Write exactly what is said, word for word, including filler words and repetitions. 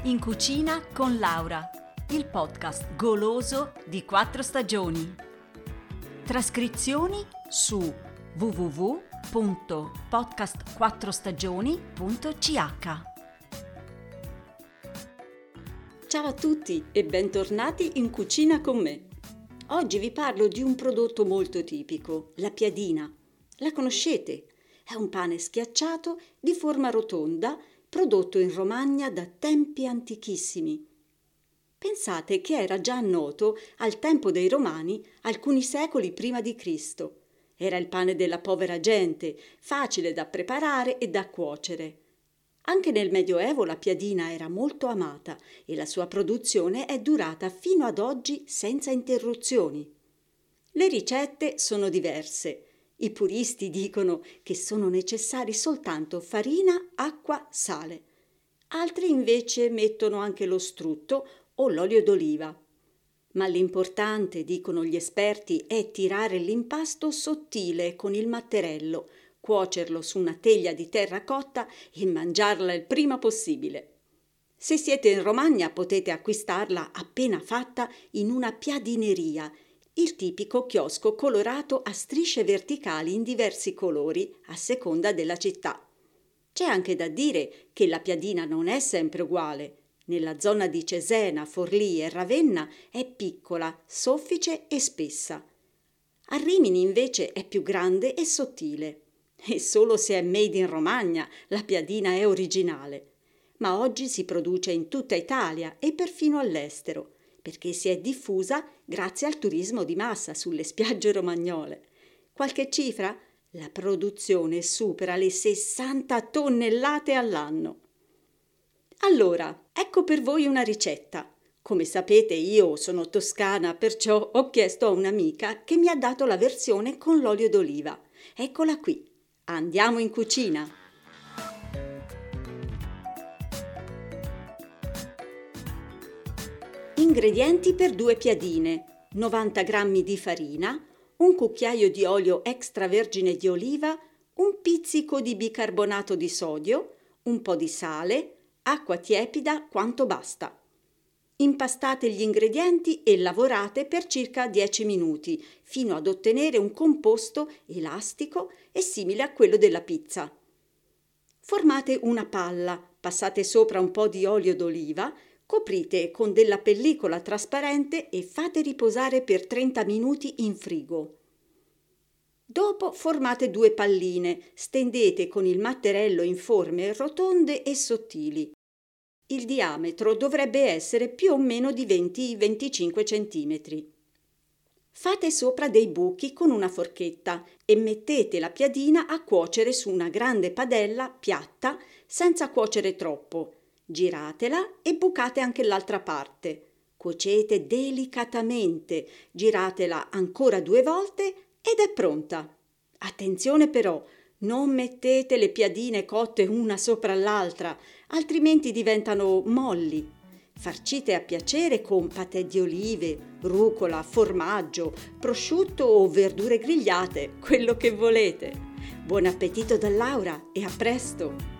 In cucina con Laura, il podcast goloso di Quattro Stagioni. Trascrizioni su w w w punto podcast quattro stagioni punto c h. Ciao a tutti e bentornati in cucina con me. Oggi vi parlo di un prodotto molto tipico, la piadina. La conoscete? È un pane schiacciato di forma rotonda, prodotto in Romagna da tempi antichissimi. Pensate che era già noto al tempo dei Romani, alcuni secoli prima di Cristo. Era il pane della povera gente, facile da preparare e da cuocere. Anche nel Medioevo la piadina era molto amata e la sua produzione è durata fino ad oggi senza interruzioni. Le ricette sono diverse. I puristi dicono che sono necessari soltanto farina, acqua, sale. Altri invece mettono anche lo strutto o l'olio d'oliva. Ma l'importante, dicono gli esperti, è tirare l'impasto sottile con il matterello, cuocerlo su una teglia di terra cotta e mangiarla il prima possibile. Se siete in Romagna potete acquistarla appena fatta in una piadineria, il tipico chiosco colorato a strisce verticali in diversi colori a seconda della città. C'è anche da dire che la piadina non è sempre uguale. Nella zona di Cesena, Forlì e Ravenna è piccola, soffice e spessa. A Rimini invece è più grande e sottile. E solo se è made in Romagna la piadina è originale. Ma oggi si produce in tutta Italia e perfino all'estero, perché si è diffusa grazie al turismo di massa sulle spiagge romagnole. Qualche cifra? La produzione supera le sessanta tonnellate all'anno. Allora, ecco per voi una ricetta. Come sapete io sono toscana, perciò ho chiesto a un'amica che mi ha dato la versione con l'olio d'oliva. Eccola qui. Andiamo in cucina! Ingredienti per due piadine: novanta grammi di farina, un cucchiaio di olio extravergine di oliva, un pizzico di bicarbonato di sodio, un po' di sale, acqua tiepida quanto basta. Impastate gli ingredienti e lavorate per circa dieci minuti, fino ad ottenere un composto elastico e simile a quello della pizza. Formate una palla, passate sopra un po' di olio d'oliva, coprite con della pellicola trasparente e fate riposare per trenta minuti in frigo. Dopo formate due palline, stendete con il matterello in forme rotonde e sottili. Il diametro dovrebbe essere più o meno di venti venticinque centimetri. Fate sopra dei buchi con una forchetta e mettete la piadina a cuocere su una grande padella piatta senza cuocere troppo. Giratela e bucate anche l'altra parte. Cuocete delicatamente, giratela ancora due volte ed è pronta. Attenzione però, non mettete le piadine cotte una sopra l'altra, altrimenti diventano molli. Farcite a piacere con patè di olive, rucola, formaggio, prosciutto o verdure grigliate, quello che volete. Buon appetito da Laura e a presto!